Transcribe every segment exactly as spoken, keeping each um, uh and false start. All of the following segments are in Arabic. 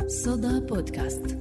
صدى بودكاست.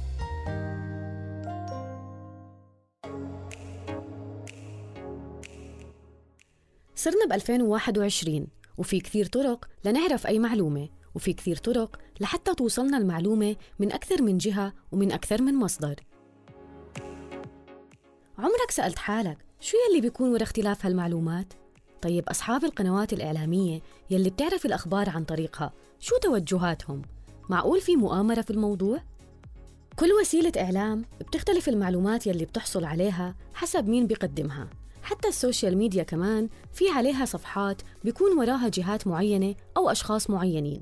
صرنا بألفين وواحد وعشرين وفي كثير طرق لنعرف أي معلومة، وفي كثير طرق لحتى توصلنا المعلومة من أكثر من جهة ومن أكثر من مصدر. عمرك سألت حالك شو يلي بيكون ورا اختلاف هالمعلومات؟ طيب أصحاب القنوات الإعلامية يلي بتعرف الأخبار عن طريقها شو توجهاتهم؟ معقول في مؤامرة في الموضوع؟ كل وسيلة إعلام بتختلف المعلومات يلي بتحصل عليها حسب مين بيقدمها. حتى السوشيال ميديا كمان في عليها صفحات بيكون وراها جهات معينة أو أشخاص معينين.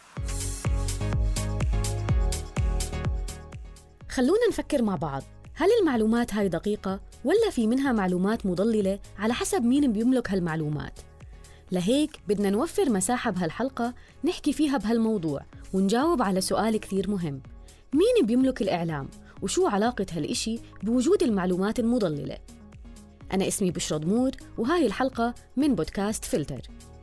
خلونا نفكر مع بعض، هل المعلومات هاي دقيقة ولا في منها معلومات مضللة على حسب مين بيملك هالمعلومات؟ لهيك بدنا نوفر مساحة بهالحلقة نحكي فيها بهالموضوع ونجاوب على سؤال كثير مهم: مين بيملك الإعلام؟ وشو علاقة هالإشي بوجود المعلومات المضللة؟ أنا اسمي بشرى دمور وهاي الحلقة من بودكاست فلتر.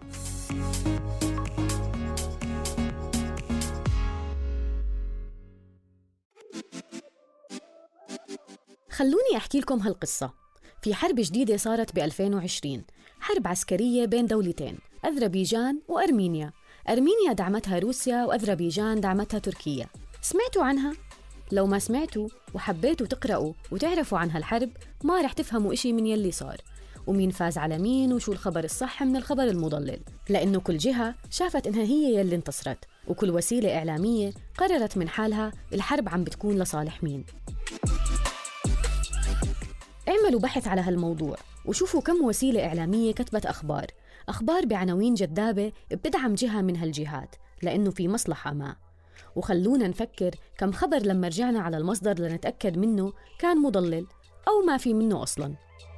خلوني أحكي لكم هالقصة. في حرب جديدة صارت ب ألفين وعشرين، حرب عسكرية بين دولتين، أذربيجان وأرمينيا. أرمينيا دعمتها روسيا وأذربيجان دعمتها تركيا. سمعتوا عنها؟ لو ما سمعتوا وحبيتوا تقرأوا وتعرفوا عن هالحرب ما رح تفهموا إشي من يلي صار، ومين فاز على مين، وشو الخبر الصح من الخبر المضلل، لأنه كل جهة شافت إنها هي يلي انتصرت، وكل وسيلة إعلامية قررت من حالها الحرب عم بتكون لصالح مين. اعملوا بحث على هالموضوع وشوفوا كم وسيلة إعلامية كتبت أخبار أخبار بعناوين جذابة بتدعم جهة من هالجهات لأنه في مصلحة ما. وخلونا نفكر كم خبر لما رجعنا على المصدر لنتأكد منه كان مضلل أو ما في منه أصلاً.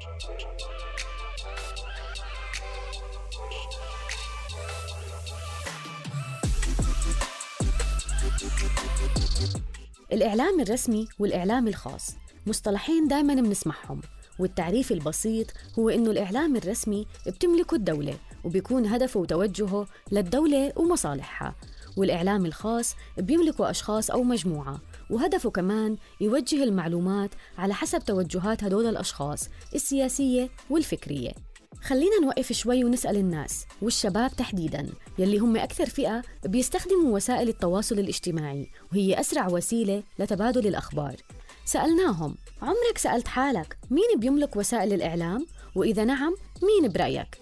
الإعلام الرسمي والإعلام الخاص مصطلحين دائماً بنسمعهم، والتعريف البسيط هو إنه الإعلام الرسمي بتملكه الدولة وبيكون هدفه وتوجهه للدولة ومصالحها، والإعلام الخاص بيملكه أشخاص أو مجموعة وهدفه كمان يوجه المعلومات على حسب توجهات هدول الأشخاص السياسية والفكرية. خلينا نوقف شوي ونسأل الناس والشباب تحديداً يلي هم أكثر فئة بيستخدموا وسائل التواصل الاجتماعي وهي أسرع وسيلة لتبادل الأخبار. سألناهم: عمرك سألت حالك مين بيملك وسائل الإعلام؟ وإذا نعم مين برأيك؟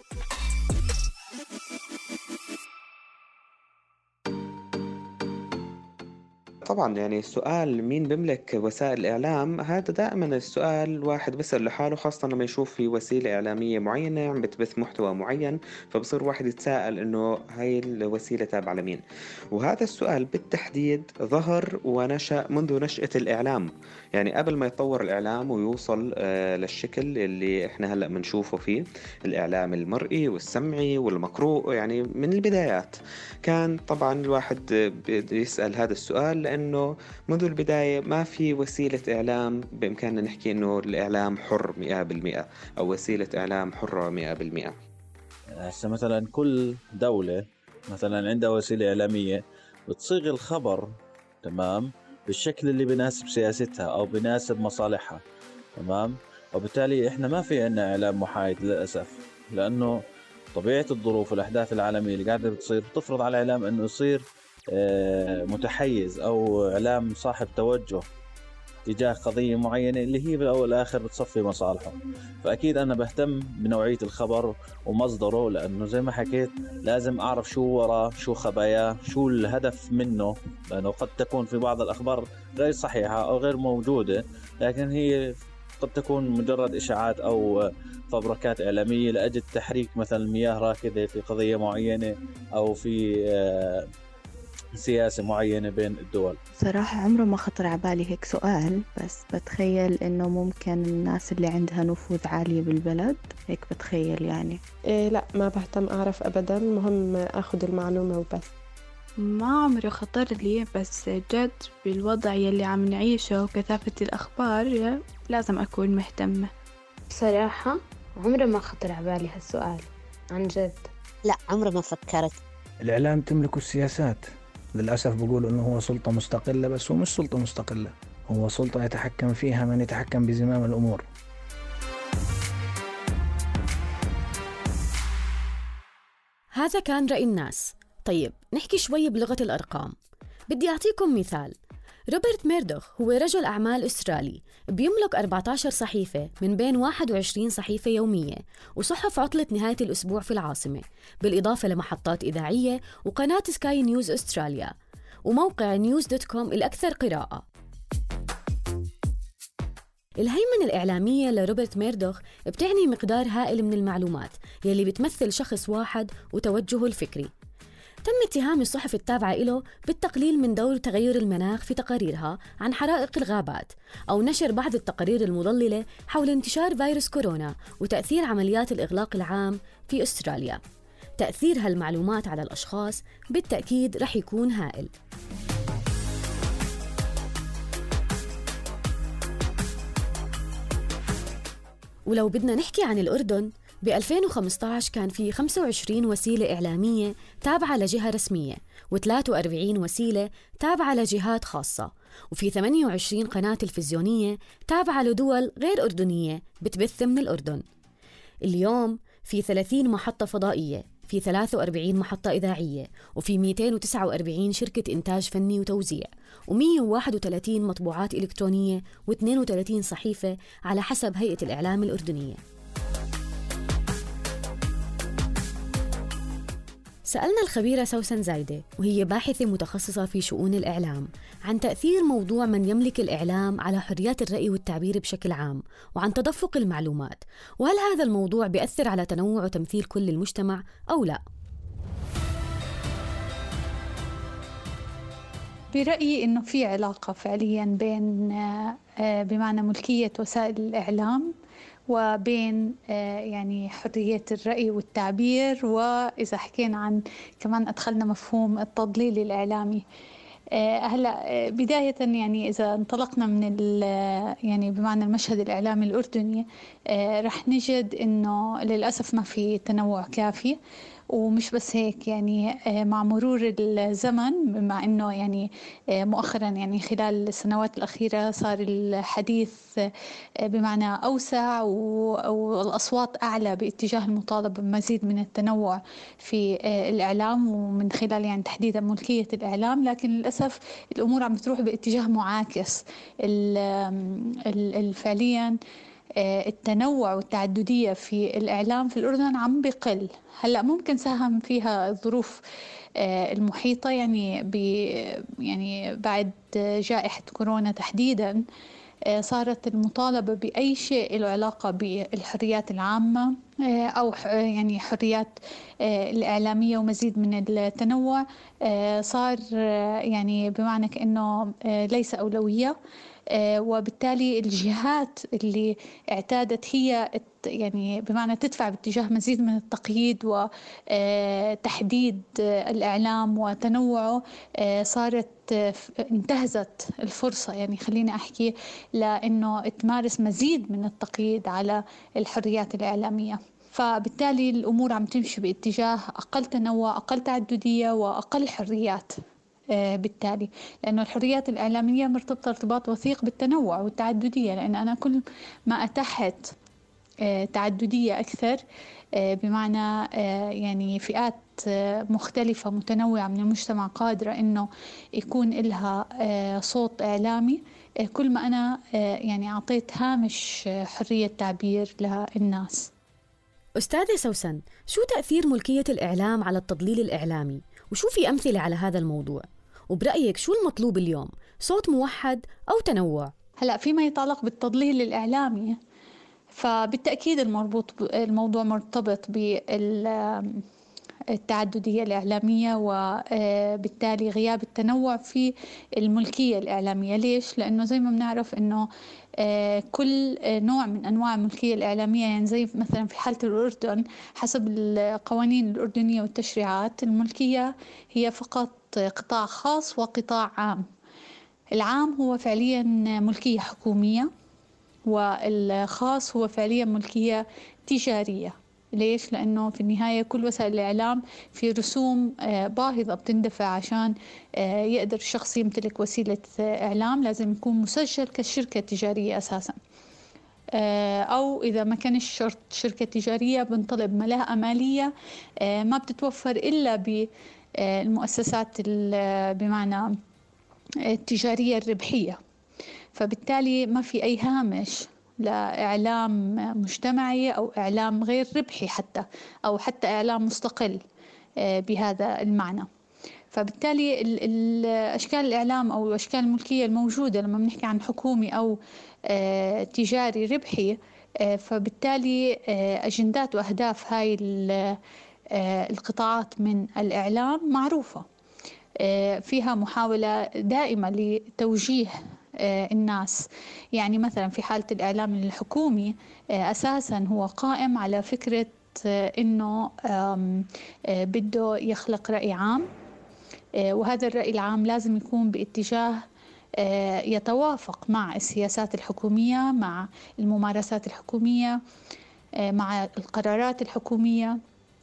طبعا يعني السؤال مين بيملك وسائل الإعلام هذا دائما السؤال الواحد بيسأل لحاله، خاصة لما يشوف في وسيلة إعلامية معينة عم بتبث محتوى معين، فبصير واحد يتساءل إنه هاي الوسيلة تابعة لمين. وهذا السؤال بالتحديد ظهر ونشأ منذ نشأة الإعلام، يعني قبل ما يتطور الإعلام ويوصل آه للشكل اللي إحنا هلأ بنشوفه فيه، الإعلام المرئي والسمعي والمقروء. يعني من البدايات كان طبعا الواحد بيسأل هذا السؤال إنه منذ البداية ما في وسيلة إعلام بإمكاننا نحكي إنه الإعلام حر مئة بالمئة أو وسيلة إعلام حرة مئة بالمئة. هسه مثلا كل دولة مثلا عندها وسيلة إعلامية بتصيغ الخبر تمام بالشكل اللي بيناسب سياستها أو بيناسب مصالحها، تمام. وبالتالي إحنا ما في عنا إعلام محايد للأسف، لأنه طبيعة الظروف والأحداث العالمية اللي قاعدة بتصير بتفرض على الإعلام إنه يصير متحيز أو إعلام صاحب توجه تجاه قضية معينة اللي هي بالأول والآخر بتصفي مصالحه. فأكيد أنا بهتم بنوعية الخبر ومصدره، لأنه زي ما حكيت لازم أعرف شو وراه، شو خباياه، شو الهدف منه، لأنه قد تكون في بعض الأخبار غير صحيحة أو غير موجودة، لكن هي قد تكون مجرد إشاعات أو فبركات إعلامية لأجل تحريك مثلا المياه راكدة في قضية معينة أو في سياسة معينة بين الدول. صراحة عمره ما خطر على بالي هيك سؤال، بس بتخيل إنه ممكن الناس اللي عندها نفوذ عالية بالبلد، هيك بتخيل يعني. إيه لا، ما بهتم أعرف أبدا، مهم أخذ المعلومة وبس. ما عمري خطر لي، بس جد بالوضع يلي عم نعيشه وكثافة الأخبار لازم أكون مهتمة. بصراحة عمره ما خطر على بالي هالسؤال عن جد. لا عمره ما فكرت. الإعلام تملك السياسات، للأسف بيقولوا إنه هو سلطة مستقلة، بس هو مش سلطة مستقلة، هو سلطة يتحكم فيها من يتحكم بزمام الأمور. هذا كان رأي الناس. طيب نحكي شوي بلغة الأرقام. بدي أعطيكم مثال. روبرت ميردوخ هو رجل أعمال أسترالي بيملك أربعة عشر صحيفة من بين واحد وعشرين صحيفة يومية وصحف عطلة نهاية الأسبوع في العاصمة، بالإضافة لمحطات إذاعية وقناة سكاي نيوز أستراليا وموقع نيوز دوت كوم الأكثر قراءة. الهيمنة الإعلامية لروبرت ميردوخ بتعني مقدار هائل من المعلومات يلي بتمثل شخص واحد وتوجهه الفكري. تم اتهام الصحف التابعة له بالتقليل من دور تغير المناخ في تقاريرها عن حرائق الغابات أو نشر بعض التقارير المضللة حول انتشار فيروس كورونا وتأثير عمليات الإغلاق العام في أستراليا. تأثير هالمعلومات على الأشخاص بالتأكيد رح يكون هائل. ولو بدنا نحكي عن الأردن، ب ألفين وخمسة عشر كان في خمسة وعشرين وسيلة إعلامية تابعة لجهة رسمية وثلاثة وأربعين وسيلة تابعة لجهات خاصة، وفي ثمانية وعشرين قناة تلفزيونية تابعة لدول غير أردنية بتبث من الأردن. اليوم في ثلاثين محطة فضائية، في ثلاثة وأربعين محطة إذاعية، وفي مئتين وتسعة وأربعين شركة إنتاج فني وتوزيع، ومئة وواحد وثلاثين مطبوعات إلكترونية، واثنين وثلاثين صحيفة على حسب هيئة الإعلام الأردنية. سألنا الخبيرة سوسن زايدة، وهي باحثة متخصصة في شؤون الإعلام، عن تأثير موضوع من يملك الإعلام على حريات الرأي والتعبير بشكل عام، وعن تدفق المعلومات، وهل هذا الموضوع بيأثر على تنوع وتمثيل كل المجتمع أو لا؟ برأيي إنه في علاقة فعلياً بين بمعنى ملكية وسائل الإعلام وبين يعني حرية الرأي والتعبير، وإذا حكينا عن كمان أدخلنا مفهوم التضليل الإعلامي. هلا بداية يعني إذا انطلقنا من يعني بمعنى المشهد الإعلامي الأردني، رح نجد إنه للأسف ما في تنوع كافي. ومش بس هيك، يعني مع مرور الزمن، بما انه يعني مؤخرا يعني خلال السنوات الأخيرة صار الحديث بمعنى أوسع والأصوات أعلى باتجاه المطالبة بمزيد من التنوع في الإعلام، ومن خلال يعني تحديدا ملكية الإعلام. لكن للأسف الأمور عم بتروح باتجاه معاكس. فعليا التنوع والتعددية في الإعلام في الأردن عم بقل. هلأ ممكن ساهم فيها الظروف المحيطة، يعني ب يعني بعد جائحة كورونا تحديدا صارت المطالبة بأي شيء له علاقة بالحريات العامة أو يعني حريات الإعلامية ومزيد من التنوع صار يعني بمعنى كأنه ليس أولوية. وبالتالي الجهات اللي اعتادت هي يعني بمعنى تدفع باتجاه مزيد من التقييد وتحديد الإعلام وتنوعه صارت انتهزت الفرصة، يعني خليني أحكي، لأنه تمارس مزيد من التقييد على الحريات الإعلامية. فبالتالي الأمور عم تمشي باتجاه أقل تنوع، أقل تعددية، وأقل حريات. بالتالي لأنه الحريات الإعلامية مرتبطة ارتباط وثيق بالتنوع والتعددية، لأن أنا كل ما أتحت تعددية أكثر، بمعنى يعني فئات مختلفة متنوعة من المجتمع قادرة إنه يكون لها صوت إعلامي، كل ما أنا يعني أعطيت هامش حرية تعبير للناس. أستاذة سوسن، شو تأثير ملكية الإعلام على التضليل الإعلامي؟ وشو في أمثلة على هذا الموضوع؟ وبرأيك شو المطلوب اليوم؟ صوت موحد أو تنوع؟ هلأ فيما يتعلق بالتضليل الإعلامي، فبالتأكيد المربوط الموضوع مرتبط بالتعددية الإعلامية، وبالتالي غياب التنوع في الملكية الإعلامية. ليش؟ لأنه زي ما بنعرف إنه كل نوع من أنواع الملكية الإعلامية، يعني زي مثلا في حالة الأردن حسب القوانين الأردنية والتشريعات، الملكية هي فقط قطاع خاص وقطاع عام. العام هو فعليا ملكية حكومية، والخاص هو فعليا ملكية تجارية. ليش؟ لأنه في النهاية كل وسائل الإعلام في رسوم باهظة بتندفع عشان يقدر الشخص يمتلك وسيلة إعلام، لازم يكون مسجل كشركة تجارية أساساً، أو إذا ما كانش شرط شركة تجارية بنطلب ملاءة مالية ما بتتوفر إلا بالمؤسسات بمعنى التجارية الربحية. فبالتالي ما في أي هامش لإعلام مجتمعي أو إعلام غير ربحي حتى، أو حتى إعلام مستقل بهذا المعنى. فبالتالي الأشكال الإعلام أو أشكال الملكية الموجودة لما بنحكي عن حكومي أو تجاري ربحي، فبالتالي أجندات وأهداف هاي القطاعات من الإعلام معروفة، فيها محاولة دائمة لتوجيه الناس. يعني مثلا في حالة الإعلام الحكومي أساسا هو قائم على فكرة إنه بده يخلق رأي عام، وهذا الرأي العام لازم يكون باتجاه يتوافق مع السياسات الحكومية، مع الممارسات الحكومية، مع القرارات الحكومية.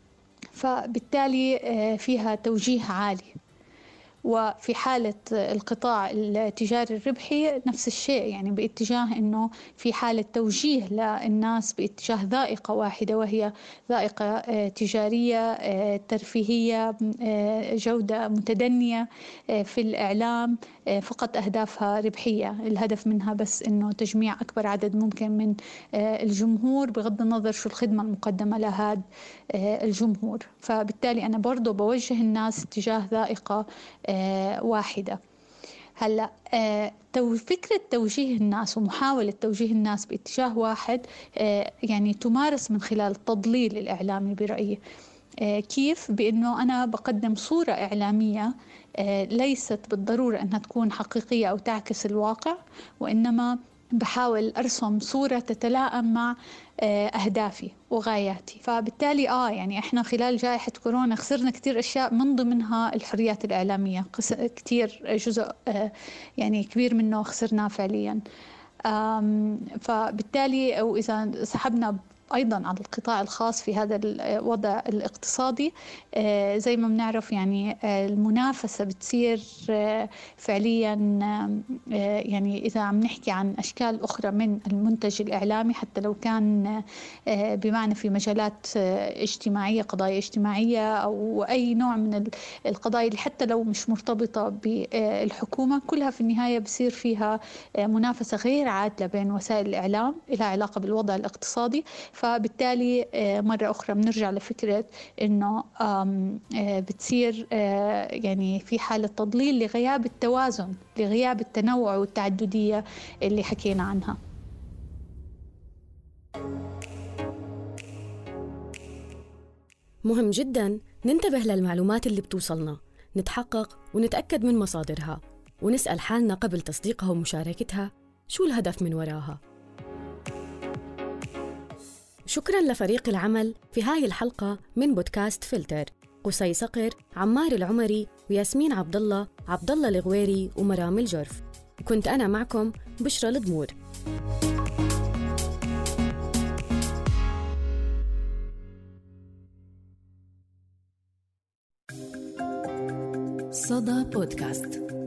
فبالتالي فيها توجيه عالي. وفي حالة القطاع التجاري الربحي نفس الشيء، يعني باتجاه أنه في حالة توجيه للناس باتجاه ذائقة واحدة، وهي ذائقة تجارية ترفيهية جودة متدنية في الإعلام، فقط أهدافها ربحية، الهدف منها بس أنه تجميع أكبر عدد ممكن من الجمهور بغض النظر شو الخدمة المقدمة لهذا الجمهور. فبالتالي أنا برضو بوجه الناس اتجاه ذائقة واحدة. هلا فكرة توجيه الناس ومحاولة توجيه الناس باتجاه واحد يعني تمارس من خلال التضليل الإعلامي برأيي. كيف؟ بأنه أنا بقدم صورة إعلامية ليست بالضرورة أنها تكون حقيقية أو تعكس الواقع، وإنما بحاول أرسم صورة تتلائم مع أهدافي وغاياتي. فبالتالي آه يعني إحنا خلال جائحة كورونا خسرنا كتير أشياء، من ضمنها الحريات الإعلامية، كتير جزء يعني كبير منه خسرناه فعليا. فبالتالي أو إذا سحبنا أيضا على القطاع الخاص في هذا الوضع الاقتصادي، زي ما بنعرف يعني المنافسة بتصير فعليا، يعني إذا عم نحكي عن أشكال أخرى من المنتج الإعلامي حتى لو كان بمعنى في مجالات اجتماعية، قضايا اجتماعية أو أي نوع من القضايا اللي حتى لو مش مرتبطة بالحكومة، كلها في النهاية بصير فيها منافسة غير عادلة بين وسائل الإعلام لها علاقة بالوضع الاقتصادي. فبالتالي مرة أخرى بنرجع لفكرة إنه بتصير يعني في حالة تضليل لغياب التوازن، لغياب التنوع والتعددية اللي حكينا عنها. مهم جداً ننتبه للمعلومات اللي بتوصلنا، نتحقق ونتأكد من مصادرها، ونسأل حالنا قبل تصديقها ومشاركتها شو الهدف من وراها. شكراً لفريق العمل في هاي الحلقة من بودكاست فلتر: قصي صقر، عمار العمري، وياسمين عبد الله، عبد الله الغويري، ومرام الجرف. كنت أنا معكم بشرى الدمور. صدى بودكاست.